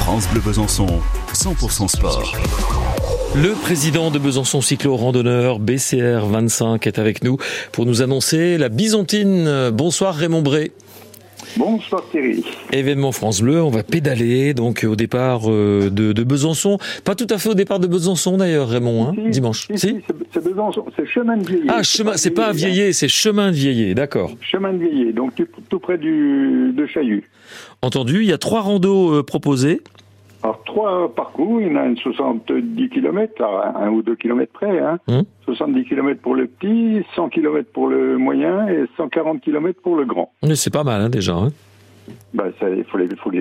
France Bleu Besançon, 100% sport. Le président de Besançon Cyclo-Randonneur, BCR 25, est avec nous pour nous annoncer la Byzantine. Bonsoir Raymond Bray. Bonsoir Thierry. Événement France Bleu, on va pédaler donc au départ de Besançon. Pas tout à fait au départ de Besançon d'ailleurs Raymond, dimanche. Si, c'est Besançon, c'est chemin de Vieillé. Ah, c'est pas Vieillé, c'est chemin de Vieillé, d'accord. Chemin de Vieillé, donc tout près de Chaillu. Entendu, il y a 3 randos proposés. Alors 3 parcours, il y en a une 70 km, à 1 ou 2 km près. 70 km pour le petit, 100 km pour le moyen et 140 km pour le grand. Mais c'est pas mal déjà. Il faut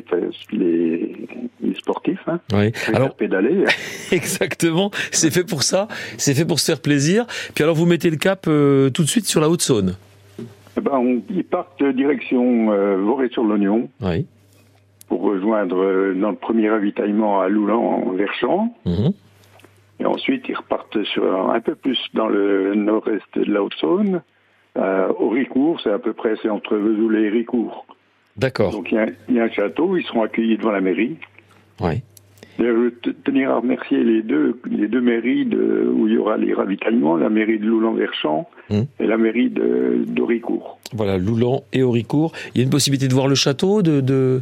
les sportifs. Oui. Alors pédaler. Exactement, c'est fait pour ça, c'est fait pour se faire plaisir. Puis alors vous mettez le cap tout de suite sur la Haute-Saône. Ils partent direction Vorey-sur-l'Oignon. Oui. Pour rejoindre notre premier ravitaillement à Loulan-Verschamps. Et ensuite, ils repartent sur un peu plus dans le nord-est de la Haute-Saône, au Ricourt, c'est entre Vesoul et Ricourt. D'accord. Donc il y a un château, ils seront accueillis devant la mairie. Oui. Je veux tenir à remercier les deux mairies où il y aura les ravitaillements, la mairie de Loulan-Verschamps et la mairie d'Auricourt. Voilà, Loulan et Auricourt. Il y a une possibilité de voir le château non.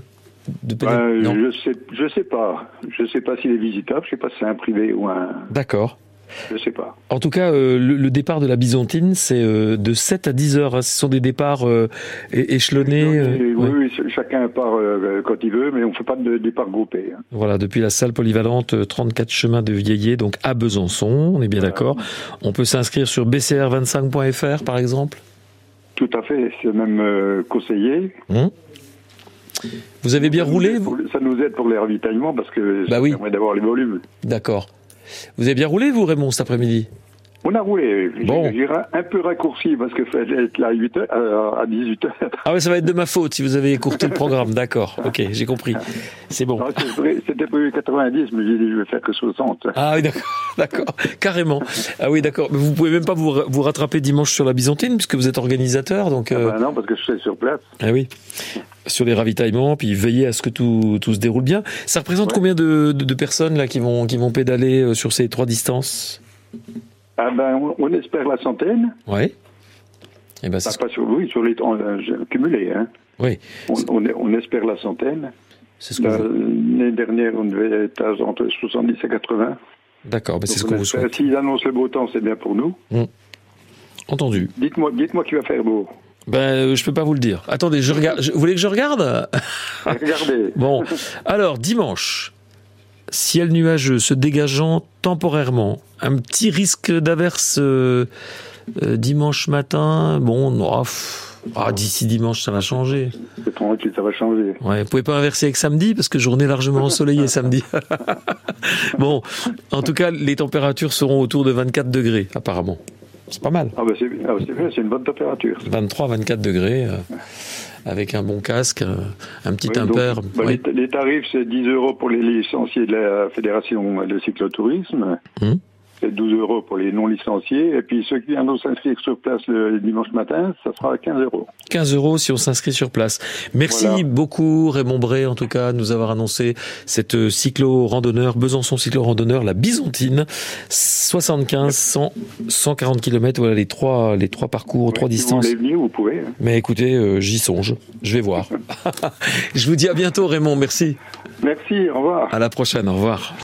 Je sais pas. Je sais pas s'il est visitable. Je sais pas si c'est un privé ou un. D'accord. Je sais pas. En tout cas, le départ de la Byzantine, c'est de 7 à 10 heures. Ce sont des départs échelonnés. Oui, chacun part quand il veut, mais on ne fait pas de départ groupé. Voilà, depuis la salle polyvalente 34 chemin de Vieillé, donc à Besançon, on est bien d'accord. On peut s'inscrire sur bcr25.fr, par exemple. Tout à fait, c'est même conseillé. Vous avez bien roulé Ça nous aide pour les ravitaillements parce que ça permet d'avoir les volumes. D'accord. Vous avez bien roulé, vous, Raymond, cet après-midi ? On a roulé. Bon. J'ai un peu raccourci parce qu'il fallait être là à 18h. Ah ouais, ça va être de ma faute si vous avez écourté le programme. D'accord, ok, j'ai compris. C'est bon. Non, c'était prévu 90, mais j'ai dit je vais faire que 60. Ah oui, d'accord, carrément. Ah oui, d'accord. Mais vous pouvez même pas vous rattraper dimanche sur la Byzantine puisque vous êtes organisateur, donc. Non, parce que je suis sur place. Ah oui. Sur les ravitaillements, puis veiller à ce que tout se déroule bien. Ça représente combien de personnes là qui vont pédaler sur ces 3 distances ? On espère la centaine. Oui. Et pas sur les cumulés. Oui. On espère la centaine. C'est ce que l'année dernière, on devait être entre 70 et 80. D'accord, c'est ce qu'on vous souhaite. S'ils annoncent le beau temps, c'est bien pour nous. Entendu. Dites-moi qu'il va faire beau. Je peux pas vous le dire. Attendez, je regarde. Vous voulez que je regarde ? Regardez. Bon, alors dimanche, ciel nuageux se dégageant temporairement. Un petit risque d'averse dimanche matin. Bon, d'ici dimanche, ça va changer. C'est tranquille, ça va changer. Ouais, vous pouvez pas inverser avec samedi parce que journée largement ensoleillée samedi. Bon, en tout cas, les températures seront autour de 24 degrés apparemment. C'est pas mal. C'est bien, c'est une bonne température. 23-24 degrés, avec un bon casque, un petit impair. Les tarifs, c'est 10 € pour les licenciés de la Fédération de cyclotourisme. C'est 12 € pour les non-licenciés. Et puis ceux qui viendront s'inscrire sur place le dimanche matin, ça sera 15 €. 15 € si on s'inscrit sur place. Merci beaucoup Raymond Bray, en tout cas, de nous avoir annoncé cette cyclo-randonneur, Besançon cyclo-randonneur, la Byzantine, 75, 100, 140 km, voilà les trois parcours, 3 distances. Si vous voulez venir, vous pouvez. Mais écoutez, j'y songe, je vais voir. Je vous dis à bientôt Raymond, merci. Merci, au revoir. À la prochaine, au revoir.